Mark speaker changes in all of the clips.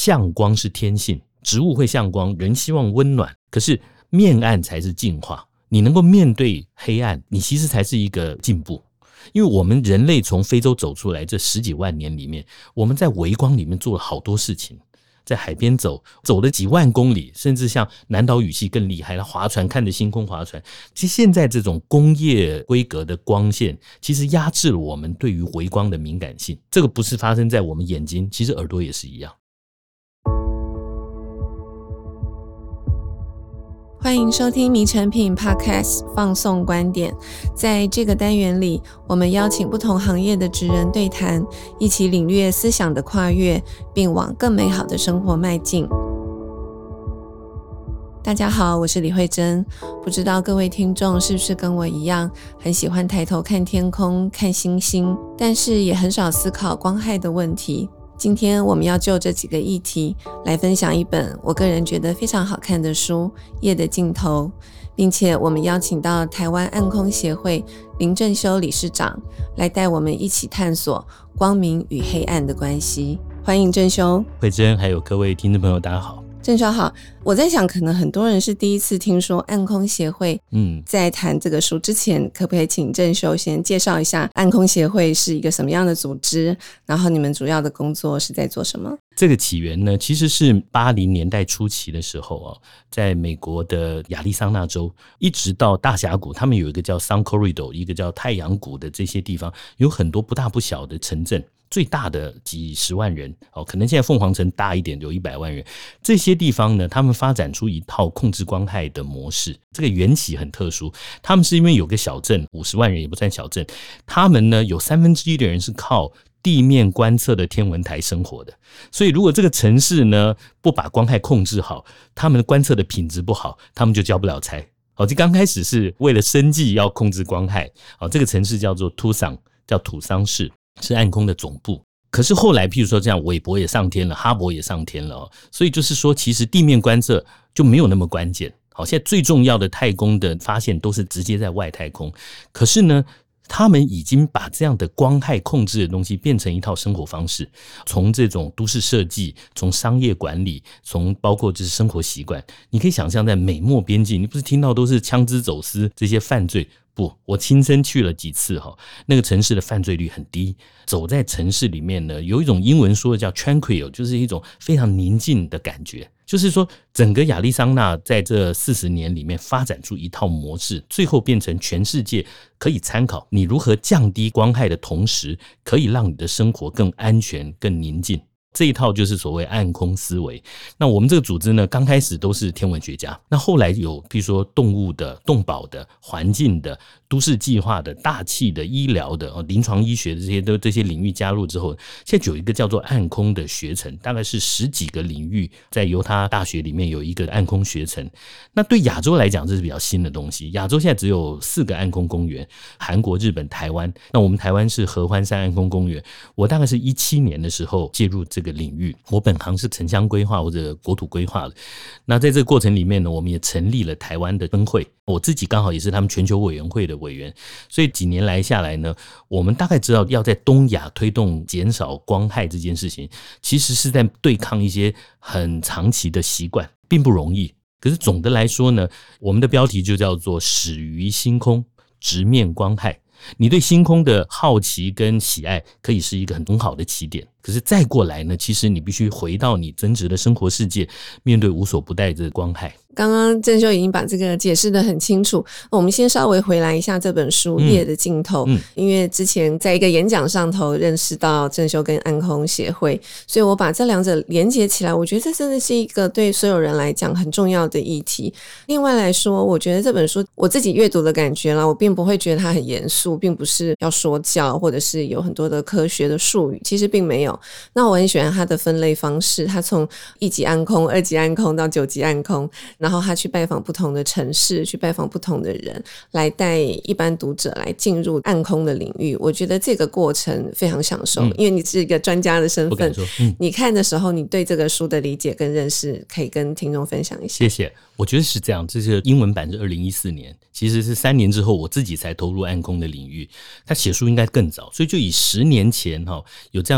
Speaker 1: 向光是天性，植物会向光，人希望温暖，可是面暗才是进化。你能够面对黑暗，你其实才是一个进步。因为我们人类从非洲走出来这十几万年里面，我们在微光里面做了好多事情，在海边走了几万公里，甚至像南岛语系更厉害，划船看着星空划船。其实现在这种工业规格的光线其实压制了我们对于微光的敏感性，这个不是发生在我们眼睛，其实耳朵也是一样。
Speaker 2: 欢迎收听迷成品 Podcast 放送观点。在这个单元里，我们邀请不同行业的职人对谈，一起领略思想的跨越，并往更美好的生活迈进。大家好，我是李慧珍。不知道各位听众是不是跟我一样，很喜欢抬头看天空、看星星，但是也很少思考光害的问题。今天我们要就这几个议题来分享一本我个人觉得非常好看的书《夜的尽头》，并且我们邀请到台湾暗空协会林正修理事长来带我们一起探索光明与黑暗的关系。欢迎正修。
Speaker 1: 慧珍还有各位听众朋友大家好。
Speaker 2: 正修好，我在想可能很多人是第一次听说暗空协会，在谈这个书之前，可不可以请正修先介绍一下暗空协会是一个什么样的组织，然后你们主要的工作是在做什么？
Speaker 1: 这个起源呢，其实是80年代初期的时候，在美国的亚利桑那州一直到大峡谷，他们有一个叫 Sun Corridor， 一个叫太阳谷的这些地方，有很多不大不小的城镇，最大的几十万人，可能现在凤凰城大一点有100万人。这些地方呢，他们发展出一套控制光害的模式，这个缘起很特殊。他们是因为有个小镇50万人也不算小镇，他们呢有1/3的人是靠地面观测的天文台生活的，所以如果这个城市呢不把光害控制好，他们的观测的品质不好，他们就交不了差。这刚开始是为了生计要控制光害，这个城市叫做Tucson，叫土桑市，是暗空的总部。可是后来譬如说这样，韦伯也上天了，哈勃也上天了，所以就是说其实地面观测就没有那么关键。现在最重要的太空的发现都是直接在外太空，可是呢他们已经把这样的光害控制的东西变成一套生活方式，从这种都市设计，从商业管理，从包括就是生活习惯，你可以想象在美墨边境，你不是听到都是枪支走私这些犯罪，不，我亲身去了几次，那个城市的犯罪率很低。走在城市里面呢，有一种英文说的叫 tranquil， 就是一种非常宁静的感觉。就是说整个亚利桑那在这40年里面发展出一套模式，最后变成全世界可以参考你如何降低光害的同时，可以让你的生活更安全更宁静。这一套就是所谓暗空思维。那我们这个组织呢，刚开始都是天文学家，那后来有比如说动物的、动保的、环境的、都市计划的、大气的、医疗的、临床医学的这些领域加入之后，现在有一个叫做暗空的学程，大概是10几个领域，在犹他大学里面有一个暗空学程。那对亚洲来讲这是比较新的东西，亚洲现在只有4个暗空公园，韩国、日本、台湾。那我们台湾是合欢山暗空公园，我大概是17年的时候介入这个领域，我本行是城乡规划或者国土规划的。那在这个过程里面呢，我们也成立了台湾的分会，我自己刚好也是他们全球委员会的委员，所以几年来下来呢，我们大概知道要在东亚推动减少光害这件事情，其实是在对抗一些很长期的习惯，并不容易。可是总的来说呢，我们的标题就叫做始于星空，直面光害。你对星空的好奇跟喜爱可以是一个很好的起点，可是再过来呢，其实你必须回到你真实的生活世界，面对无所不在的光害。
Speaker 2: 刚刚正修已经把这个解释得很清楚，我们先稍微回来一下这本书《夜的尽头》，因为之前在一个演讲上头认识到正修跟暗空协会，所以我把这两者连结起来，我觉得这真的是一个对所有人来讲很重要的议题。另外来说，我觉得这本书我自己阅读的感觉啦，我并不会觉得它很严肃，并不是要说教或者是有很多的科学的术语，其实并没有。那我很喜欢它的分类方式，它从1级暗空、2级暗空到9级暗空，然后他去拜访不同的城市，去拜访不同的人，来带一般读者来进入暗空的领域。我觉得这个过程非常享受，因为你是一个专家的身份，你看的时候你对这个书的理解跟认识可以跟听众分享一下。
Speaker 1: 谢谢。我觉得是这样，这个英文版是2014年，其实是3年之后我自己才投入暗空的领域。他写书应该更早，所以就以10年前有这样的一位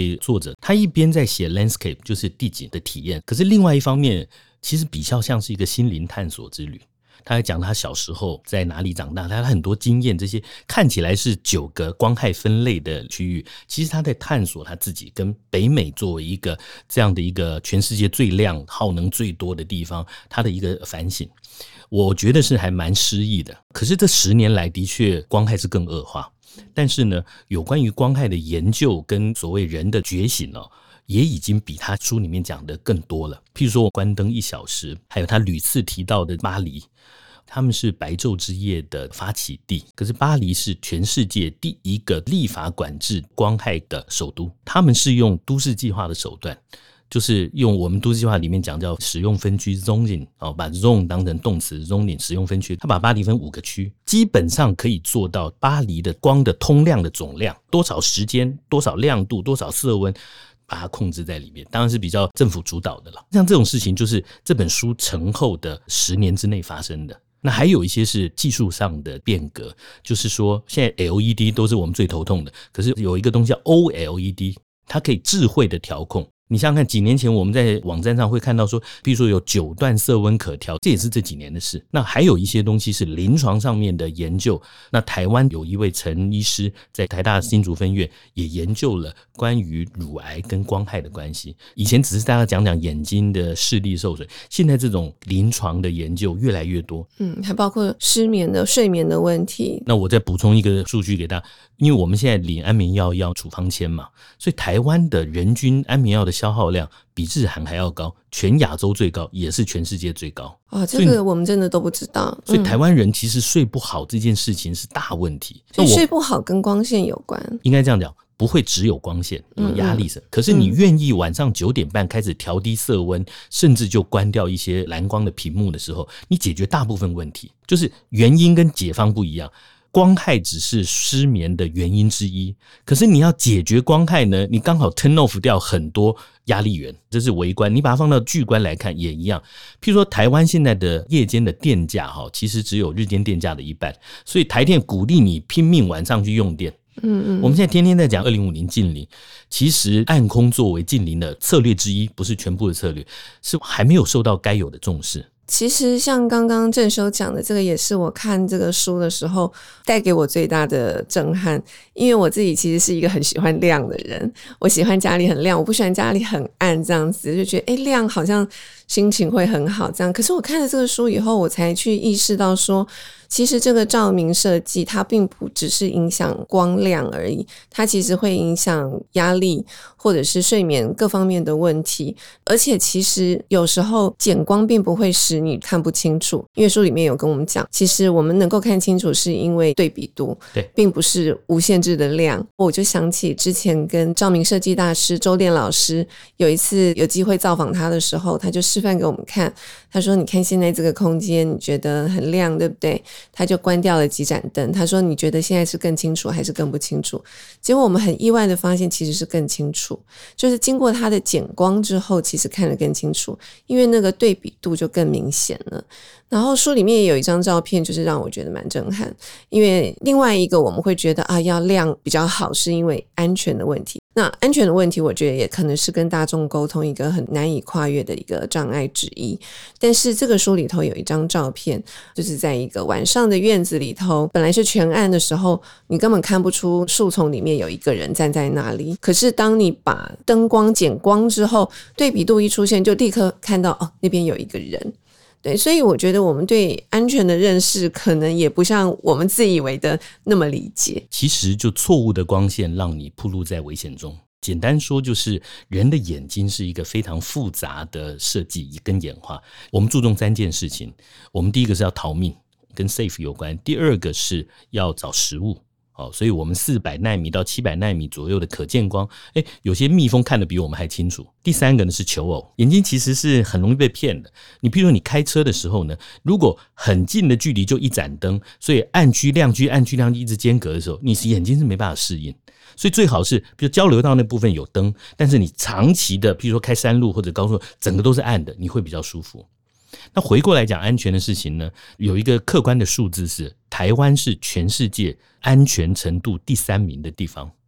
Speaker 1: 位作者，他一边在写 landscape 就是地景的体验，可是另外一方面其实比较像是一个心灵探索之旅。他还讲他小时候在哪里长大，他很多经验，这些看起来是9个光害分类的区域，其实他在探索他自己跟北美作为一个这样的一个全世界最亮耗能最多的地方，他的一个反省，我觉得是还蛮诗意的。可是这10年来的确光害是更恶化，但是呢，有关于光害的研究跟所谓人的觉醒也已经比他书里面讲的更多了。譬如说关灯1小时，还有他屡次提到的巴黎，他们是白昼之夜的发起地，可是巴黎是全世界第一个立法管制光害的首都，他们是用都市计划的手段，就是用我们都市计划里面讲叫使用分区 zoning， 把 zone 当成动词 zoning 使用分区，他把巴黎分5个区，基本上可以做到巴黎的光的通量的总量，多少时间多少亮度多少色温把它控制在里面，当然是比较政府主导的了。像这种事情就是这本书成后的10年之内发生的。那还有一些是技术上的变革，就是说现在 LED 都是我们最头痛的，可是有一个东西叫 OLED， 它可以智慧的调控。你想想看，几年前我们在网站上会看到说，比如说有9段色温可调，这也是这几年的事。那还有一些东西是临床上面的研究，那台湾有一位陈医师在台大新竹分院也研究了关于乳癌跟光害的关系。以前只是大家讲讲眼睛的视力受损，现在这种临床的研究越来越多，
Speaker 2: 还包括失眠的睡眠的问题。
Speaker 1: 那我再补充一个数据给大家，因为我们现在领安眠药要处方签嘛，所以台湾的人均安眠药的消耗量比日韩还要高，全亚洲最高，也是全世界最高。
Speaker 2: 这个我们真的都不知道。
Speaker 1: 所以台湾人其实睡不好这件事情是大问题。
Speaker 2: 所以睡不好跟光线有关？
Speaker 1: 应该这样讲，不会只有光线有压力可是你愿意晚上9点半开始调低色温，甚至就关掉一些蓝光的屏幕的时候，你解决大部分问题。就是原因跟解方不一样，光害只是失眠的原因之一，可是你要解决光害呢，你刚好 turn off 掉很多压力源，这是微观。你把它放到巨观来看也一样，譬如说台湾现在的夜间的电价其实只有日间电价的1半，所以台电鼓励你拼命晚上去用电。我们现在天天在讲2050净零，其实暗空作为净零的策略之一，不是全部的策略，是还没有受到该有的重视。
Speaker 2: 其实像刚刚正修讲的，这个也是我看这个书的时候带给我最大的震撼。因为我自己其实是一个很喜欢亮的人，我喜欢家里很亮，我不喜欢家里很暗这样子，就觉得亮好像心情会很好这样。可是我看了这个书以后，我才去意识到说，其实这个照明设计它并不只是影响光亮而已，它其实会影响压力或者是睡眠各方面的问题。而且其实有时候减光并不会使你看不清楚，因为书里面有跟我们讲，其实我们能够看清楚是因为对比度，
Speaker 1: 对，
Speaker 2: 并不是无限制的亮。我就想起之前跟照明设计大师周电老师有一次有机会造访他的时候，他就示范给我们看，他说你看现在这个空间你觉得很亮对不对，他就关掉了几盏灯，他说你觉得现在是更清楚还是更不清楚？结果我们很意外的发现其实是更清楚，就是经过他的减光之后其实看得更清楚，因为那个对比度就更明显了。然后书里面也有一张照片，就是让我觉得蛮震撼，因为另外一个我们会觉得要亮比较好，是因为安全的问题。那安全的问题我觉得也可能是跟大众沟通一个很难以跨越的一个障碍之一。但是这个书里头有一张照片，就是在一个晚上的院子里头，本来是全暗的时候，你根本看不出树丛里面有一个人站在那里，可是当你把灯光减光之后，对比度一出现，就立刻看到那边有一个人。对，所以我觉得我们对安全的认识可能也不像我们自以为的那么理解。
Speaker 1: 其实就错误的光线让你暴露在危险中。简单说就是人的眼睛是一个非常复杂的设计跟演化。我们注重3件事情，我们第一个是要逃命，跟 safe 有关，第二个是要找食物，所以我们400奈米到700奈米左右的可见光，有些蜜蜂看得比我们还清楚。第三个呢是求偶，眼睛其实是很容易被骗的。你譬如说你开车的时候呢，如果很近的距离就一盏灯，所以暗区亮区暗区亮区一直间隔的时候，你眼睛是没办法适应。所以最好是比如交流道那部分有灯，但是你长期的譬如说开山路或者高速整个都是暗的，你会比较舒服。那回过来讲安全的事情呢，有一个客观的数字是台湾是全世界安全程度第3名的地方。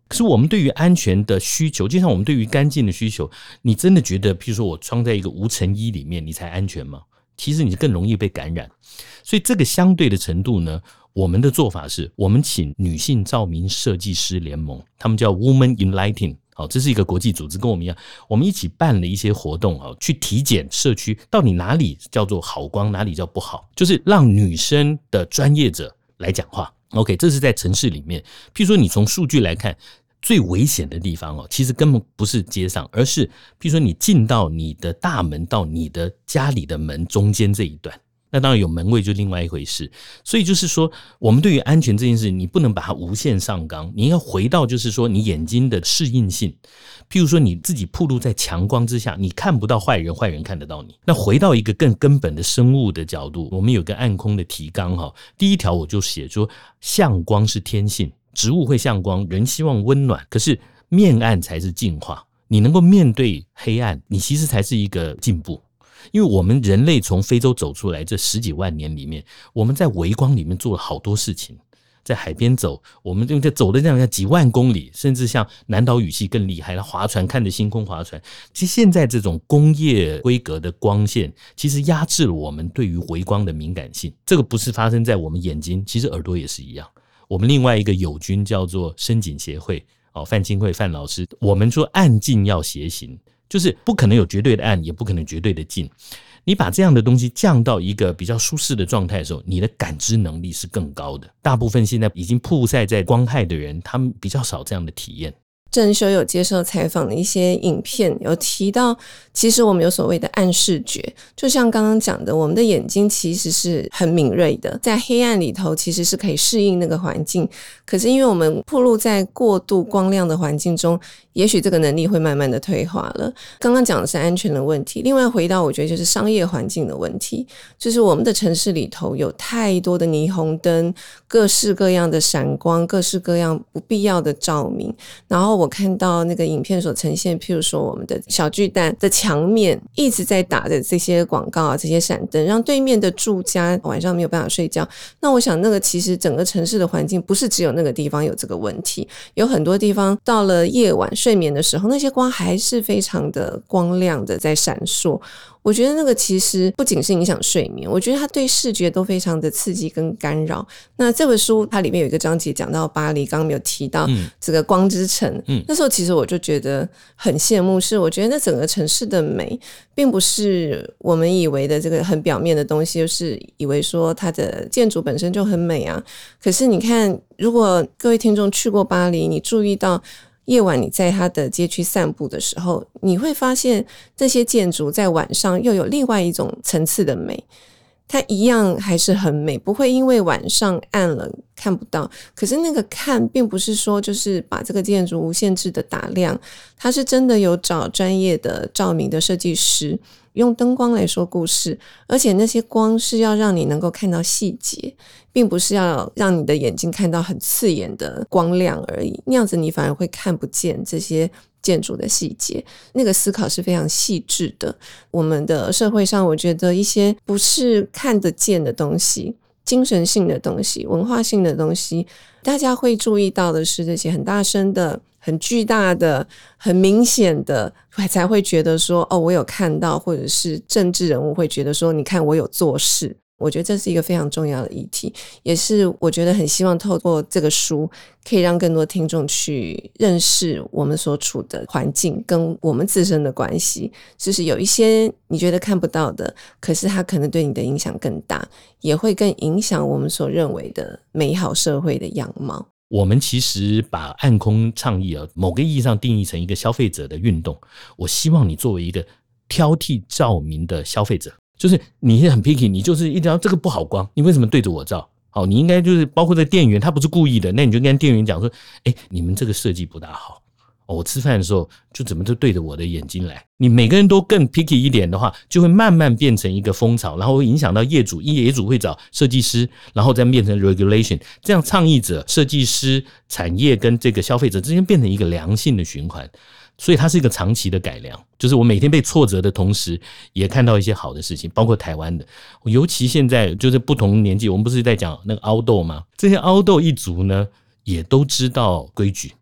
Speaker 1: 可是我们对于安全的需求，就像我们对于干净的需求，你真的觉得譬如说我装在一个无尘衣里面你才安全吗？其实你更容易被感染。所以这个相对的程度呢，我们的做法是我们请女性照明设计师联盟，他们叫 Women in Lighting， 这是一个国际组织，跟我们一样，我们一起办了一些活动，去体检社区到底哪里叫做好光，哪里叫不好，就是让女生的专业者来讲话。OK， 这是在城市里面。譬如说你从数据来看，最危险的地方其实根本不是街上，而是譬如说你进到你的大门到你的家里的门中间这一段，那当然有门卫就另外一回事。所以就是说我们对于安全这件事，你不能把它无限上纲，你应该回到就是说你眼睛的适应性。譬如说你自己暴露在强光之下，你看不到坏人，坏人看得到你。那回到一个更根本的生物的角度，我们有个暗空的提纲，第一条我就写说向光是天性，植物会向光，人希望温暖，可是面暗才是进化。你能够面对黑暗，你其实才是一个进步。因为我们人类从非洲走出来这十几万年里面，我们在微光里面做了好多事情。在海边走，我们就走了这样几万公里，甚至像南岛语系更厉害，划船看着星空划船。其实现在这种工业规格的光线，其实压制了我们对于微光的敏感性。这个不是发生在我们眼睛，其实耳朵也是一样。我们另外一个友军叫做深景协会，范清慧范老师，我们说暗近要协行，就是不可能有绝对的暗，也不可能绝对的近。你把这样的东西降到一个比较舒适的状态的时候，你的感知能力是更高的。大部分现在已经曝晒在光害的人，他们比较少这样的体验。
Speaker 2: 郑修有接受采访的一些影片有提到，其实我们有所谓的暗视觉，就像刚刚讲的，我们的眼睛其实是很敏锐的，在黑暗里头其实是可以适应那个环境，可是因为我们暴露在过度光亮的环境中，也许这个能力会慢慢的退化了。刚刚讲的是安全的问题，另外回到我觉得就是商业环境的问题，就是我们的城市里头有太多的霓虹灯，各式各样的闪光，各式各样不必要的照明。然后我看到那个影片所呈现，譬如说我们的小巨蛋的墙面一直在打的这些广告啊，这些闪灯，让对面的住家晚上没有办法睡觉。那我想那个其实整个城市的环境不是只有那个地方有这个问题，有很多地方到了夜晚睡眠的时候，那些光还是非常的光亮的在闪烁。我觉得那个其实不仅是影响睡眠，我觉得它对视觉都非常的刺激跟干扰。那这本书它里面有一个章节讲到巴黎，刚刚没有提到这个光之城，那时候其实我就觉得很羡慕，是我觉得那整个城市的美并不是我们以为的这个很表面的东西，就是以为说它的建筑本身就很美啊。可是你看，如果各位听众去过巴黎，你注意到夜晚你在它的街区散步的时候，你会发现这些建筑在晚上又有另外一种层次的美，它一样还是很美，不会因为晚上暗了看不到。可是那个看并不是说就是把这个建筑无限制的打亮，它是真的有找专业的照明的设计师用灯光来说故事，而且那些光是要让你能够看到细节，并不是要让你的眼睛看到很刺眼的光亮而已，那样子你反而会看不见这些建筑的细节。那个思考是非常细致的。我们的社会上，我觉得一些不是看得见的东西，精神性的东西，文化性的东西，大家会注意到的是这些很大声的，很巨大的，很明显的，才会觉得说哦，我有看到，或者是政治人物会觉得说你看我有做事。我觉得这是一个非常重要的议题，也是我觉得很希望透过这个书可以让更多听众去认识我们所处的环境跟我们自身的关系，就是有一些你觉得看不到的，可是它可能对你的影响更大，也会更影响我们所认为的美好社会的样貌。
Speaker 1: 我们其实把暗空倡议某个意义上定义成一个消费者的运动。我希望你作为一个挑剔照明的消费者，就是你很 picky， 你就是一定要这个不好光，你为什么对着我照？好，你应该就是包括这店员他不是故意的，那你就跟店员讲说，你们这个设计不大好。我吃饭的时候就怎么就对着我的眼睛来。你每个人都更 picky 一点的话，就会慢慢变成一个风潮，然后会影响到业主，业主会找设计师，然后再变成 regulation， 这样倡议者、设计师、产业跟这个消费者之间变成一个良性的循环。所以它是一个长期的改良，就是我每天被挫折的同时也看到一些好的事情，包括台湾的。尤其现在就是不同年纪，我们不是在讲那个凹豆吗？这些凹豆一族呢也都知道规矩。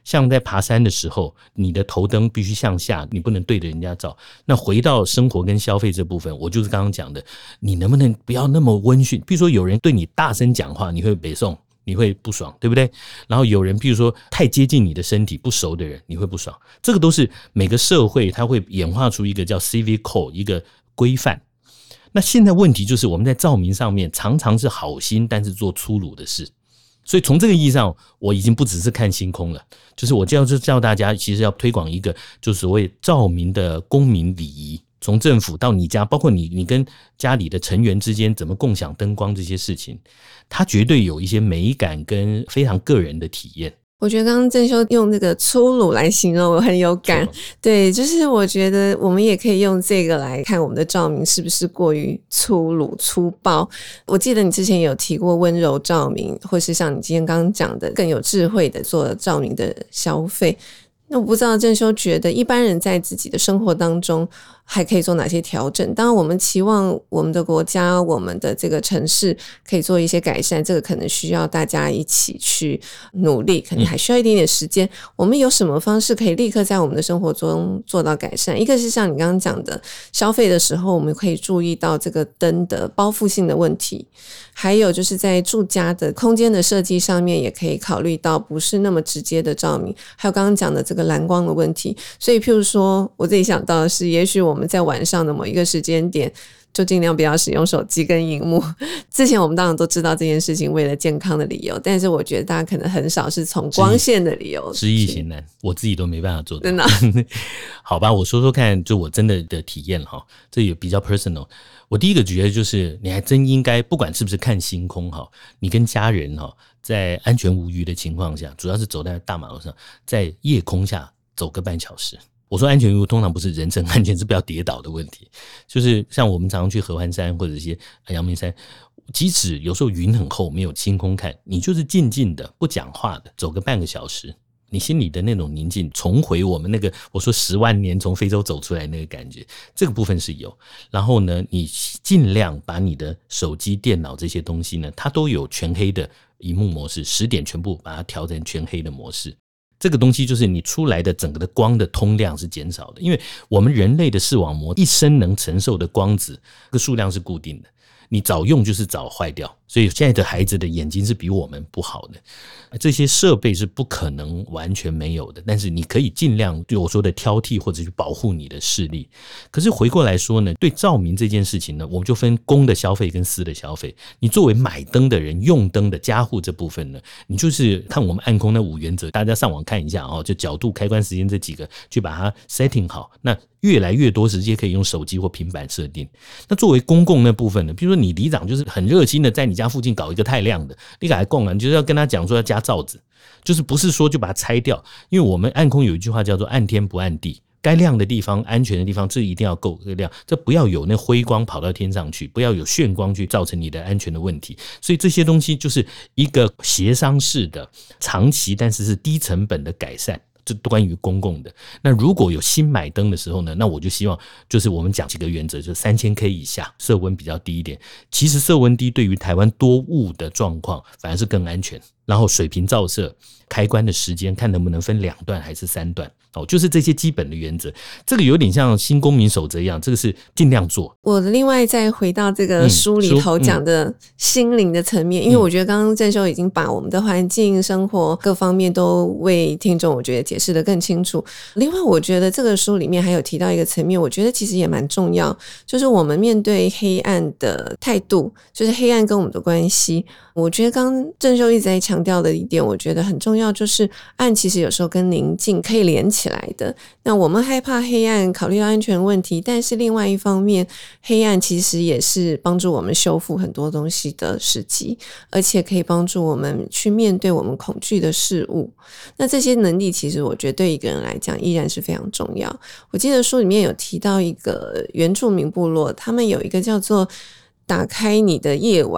Speaker 1: 像在爬山的时候，你的头灯必须向下，你不能对着人家照。那回到生活跟消费这部分，我就是刚刚讲的，你能不能不要那么温驯？比如说有人对你大声讲话，你会北宋，你会不爽，对不对？然后有人比如说太接近你的身体，不熟的人你会不爽。这个都是每个社会它会演化出一个叫 civic code 一个规范。那现在问题就是我们在照明上面常常是好心，但是做粗鲁的事。所以从这个意义上，我已经不只是看星空了，就是我就叫大家其实要推广一个就是所谓照明的公民礼仪，从政府到你家，包括你跟家里的成员之间怎么共享灯光这些事情，它绝对有一些美感跟非常个人的体验。
Speaker 2: 我觉得刚刚正修用这个粗鲁来形容，我很有感。对，就是我觉得我们也可以用这个来看我们的照明是不是过于粗鲁粗暴。我记得你之前有提过温柔照明，或是像你今天刚刚讲的更有智慧的做照明的消费。那我不知道正修觉得一般人在自己的生活当中还可以做哪些调整？当然我们期望我们的国家我们的这个城市可以做一些改善，这个可能需要大家一起去努力，可能还需要一点点时间。我们有什么方式可以立刻在我们的生活中做到改善？一个是像你刚刚讲的消费的时候我们可以注意到这个灯的包覆性的问题，还有就是在住家的空间的设计上面也可以考虑到不是那么直接的照明，还有刚刚讲的这个蓝光的问题。所以譬如说我自己想到的是，也许我们在晚上的某一个时间点就尽量不要使用手机跟萤幕。之前我们当然都知道这件事情为了健康的理由，但是我觉得大家可能很少是从光线的理由。
Speaker 1: 知易行难，我自己都没办法做到。
Speaker 2: 真的
Speaker 1: 好吧，我说说看，就我真的体验哈，这也比较 personal。我第一个觉得就是你还真应该不管是不是看星空哈，你跟家人哈在安全无虞的情况下，主要是走在大马路上，在夜空下走个半小时。我说安全无虞通常不是人身安全，是不要跌倒的问题。就是像我们常常去合欢山或者一些阳明山，即使有时候云很厚没有星空看，你就是静静的不讲话的走个半个小时，你心里的那种宁静重回我们那个我说10万年从非洲走出来那个感觉，这个部分是有。然后呢，你尽量把你的手机电脑这些东西呢，它都有全黑的萤幕模式，10点全部把它调成全黑的模式。这个东西就是你出来的整个的光的通量是减少的，因为我们人类的视网膜一生能承受的光子这个数量是固定的，你早用就是早坏掉，所以现在的孩子的眼睛是比我们不好的。这些设备是不可能完全没有的，但是你可以尽量对我说的挑剔或者去保护你的视力。可是回过来说呢，对照明这件事情呢，我们就分公的消费跟私的消费。你作为买灯的人，用灯的家户这部分呢，你就是看我们暗空那5原则，大家上网看一下哦，就角度、开关时间这几个去把它 setting 好。那越来越多直接可以用手机或平板设定。那作为公共那部分呢，比如说你里长就是很热心的在你家附近搞一个太亮的，你赶快供啊，你就是要跟他讲说要加罩子，就是不是说就把它拆掉。因为我们暗空有一句话叫做暗天不暗地，该亮的地方、安全的地方，这一定要够亮，这不要有那辉光跑到天上去，不要有眩光去造成你的安全的问题。所以这些东西就是一个协商式的长期但是低成本的改善，这关于公共的。那如果有新买灯的时候呢，那我就希望就是我们讲几个原则，就是3000K 以下，色温比较低一点。其实色温低对于台湾多雾的状况反而是更安全。然后水平照射，开关的时间看能不能分2段还是3段，就是这些基本的原则。这个有点像新公民守则一样，这个是尽量做。
Speaker 2: 我另外再回到这个书里头讲的心灵的层面，因为我觉得刚刚正修已经把我们的环境、生活各方面都为听众我觉得解释得更清楚。另外我觉得这个书里面还有提到一个层面，我觉得其实也蛮重要，就是我们面对黑暗的态度，就是黑暗跟我们的关系。我觉得刚刚正修一直在强调的一点，我觉得很重要，就是暗其实有时候跟宁静可以连起来的。那我们害怕黑暗，考虑到安全问题，但是另外一方面，黑暗其实也是帮助我们修复很多东西的时机，而且可以帮助我们去面对我们恐惧的事物。那这些能力其实我觉得对一个人来讲依然是非常重要。我记得书里面有提到一个原住民部落，他们有一个叫做打开你的夜晚。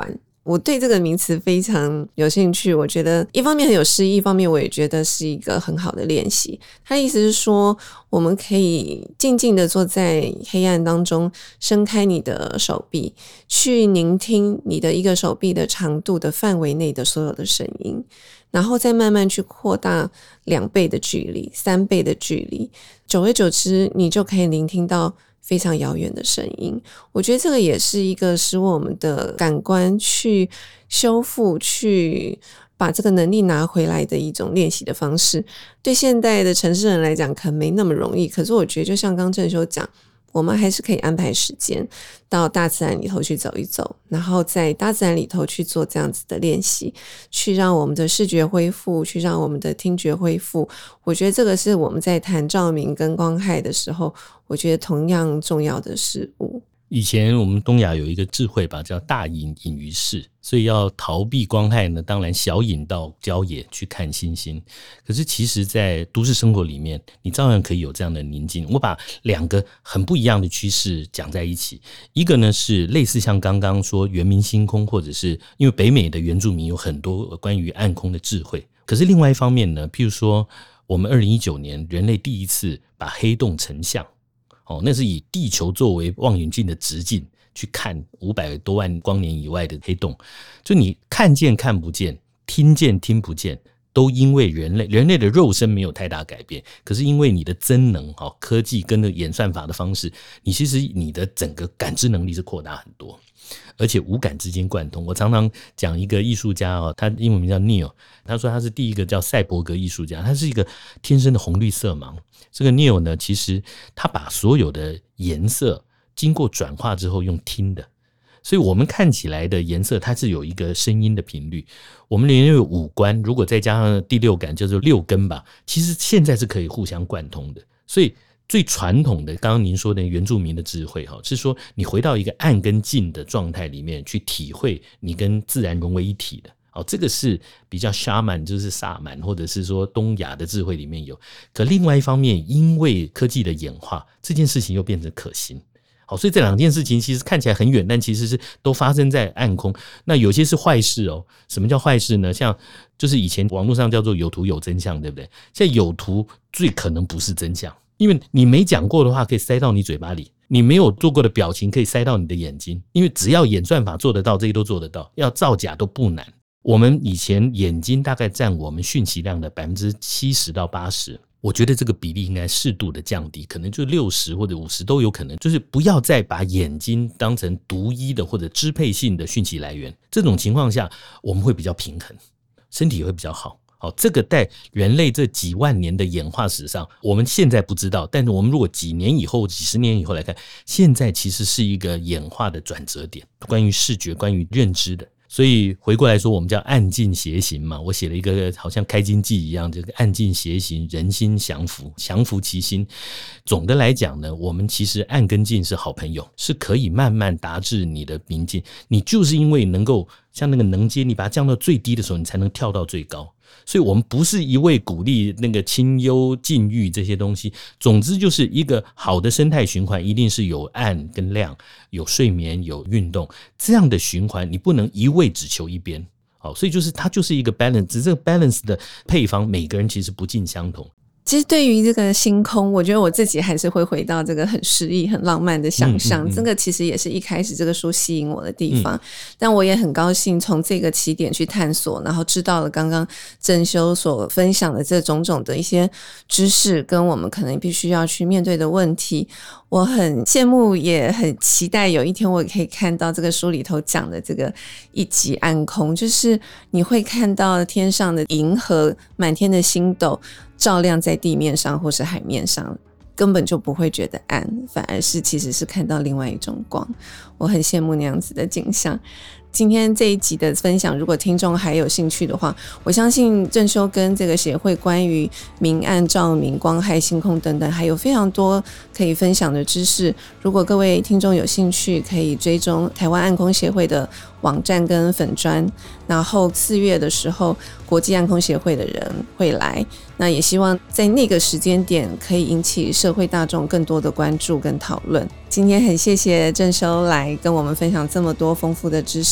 Speaker 2: 我对这个名词非常有兴趣，我觉得一方面很有诗意，一方面我也觉得是一个很好的练习。他的意思是说，我们可以静静的坐在黑暗当中，伸开你的手臂，去聆听你的一个手臂的长度的范围内的所有的声音，然后再慢慢去扩大2倍的距离、3倍的距离，久而久之你就可以聆听到非常遥远的声音。我觉得这个也是一个使我们的感官去修复，去把这个能力拿回来的一种练习的方式。对现代的城市人来讲可能没那么容易，可是我觉得就像刚正修讲，我们还是可以安排时间到大自然里头去走一走，然后在大自然里头去做这样子的练习，去让我们的视觉恢复，去让我们的听觉恢复。我觉得这个是我们在谈照明跟光害的时候，我觉得同样重要的事物。
Speaker 1: 以前我们东亚有一个智慧吧，叫大隐隐于市，所以要逃避光害呢，当然小隐到郊野去看星星。可是其实在都市生活里面，你照样可以有这样的宁静。我把2个很不一样的趋势讲在一起，一个呢是类似像刚刚说原民星空，或者是因为北美的原住民有很多关于暗空的智慧。可是另外一方面呢，譬如说我们2019年人类第一次把黑洞成像，那是以地球作为望远镜的直径去看500多万光年以外的黑洞，就你看见看不见，听见听不见，都因为人类的肉身没有太大改变，可是因为你的增能科技跟着演算法的方式，其实你的整个感知能力是扩大很多，而且五感之间贯通。我常常讲一个艺术家他英文名叫 Neil， 他说他是第一个叫赛博格艺术家，他是一个天生的红绿色盲。这个 Neil 呢，其实他把所有的颜色经过转化之后用听的，所以我们看起来的颜色它是有一个声音的频率。我们人有5官，如果再加上第6感，就是6根吧，其实现在是可以互相贯通的。所以最传统的刚刚您说的原住民的智慧是说你回到一个暗跟静的状态里面去体会你跟自然融为一体的，这个是比较沙满，就是萨满或者是说东亚的智慧里面有。可另外一方面，因为科技的演化，这件事情又变成可行。所以这2件事情其实看起来很远，但其实是都发生在暗空。那有些是坏事什么叫坏事呢？像就是以前网络上叫做有图有真相，对不对？现在有图最可能不是真相，因为你没讲过的话可以塞到你嘴巴里，你没有做过的表情可以塞到你的眼睛，因为只要演算法做得到，这些都做得到，要造假都不难。我们以前眼睛大概占我们讯息量的 70% 到 80%， 我觉得这个比例应该适度的降低，可能就60或者50都有可能，就是不要再把眼睛当成独一的或者支配性的讯息来源。这种情况下我们会比较平衡，身体会比较好。这个在人类这几万年的演化史上，我们现在不知道，但是我们如果几年以后、几十年以后来看，现在其实是一个演化的转折点，关于视觉、关于认知的。所以回过来说，我们叫暗静邪行嘛，我写了一个好像开经记一样，这个暗静邪行，人心降服，降服其心。总的来讲呢，我们其实暗跟静是好朋友，是可以慢慢达至你的宁静。你就是因为能够像那个能阶，你把它降到最低的时候，你才能跳到最高。所以我们不是一味鼓励那个清幽禁欲这些东西，总之就是一个好的生态循环一定是有暗跟亮，有睡眠有运动，这样的循环你不能一味只求一边。所以就是它就是一个 balance， 只是这个 balance 的配方每个人其实不尽相同。
Speaker 2: 其实对于这个星空，我觉得我自己还是会回到这个很诗意很浪漫的想象，这个其实也是一开始这个书吸引我的地方。但我也很高兴从这个起点去探索，然后知道了刚刚正修所分享的这种种的一些知识跟我们可能必须要去面对的问题。我很羡慕也很期待有一天我可以看到这个书里头讲的这个一级暗空，就是你会看到天上的银河，满天的星斗照亮在地面上或是海面上，根本就不会觉得暗，反而是其实是看到另外一种光。我很羡慕那样子的景象。今天这一集的分享，如果听众还有兴趣的话，我相信正修跟这个协会关于明暗照明、光害、星空等等还有非常多可以分享的知识。如果各位听众有兴趣，可以追踪台湾暗空协会的网站跟粉专，然后4月的时候国际暗空协会的人会来，那也希望在那个时间点可以引起社会大众更多的关注跟讨论。今天很谢谢正修来跟我们分享这么多丰富的知识，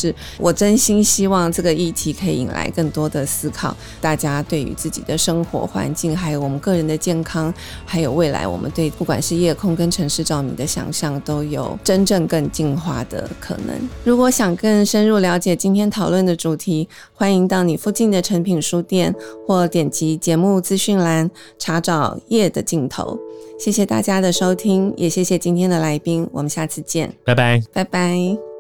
Speaker 2: 是我真心希望这个议题可以引来更多的思考，大家对于自己的生活环境，还有我们个人的健康，还有未来我们对不管是夜空跟城市照明的想象，都有真正更进化的可能。如果想更深入了解今天讨论的主题，欢迎到你附近的诚品书店或点击节目资讯栏查找夜的尽头。谢谢大家的收听，也谢谢今天的来宾，我们下次见，
Speaker 1: 拜拜，
Speaker 2: 拜拜。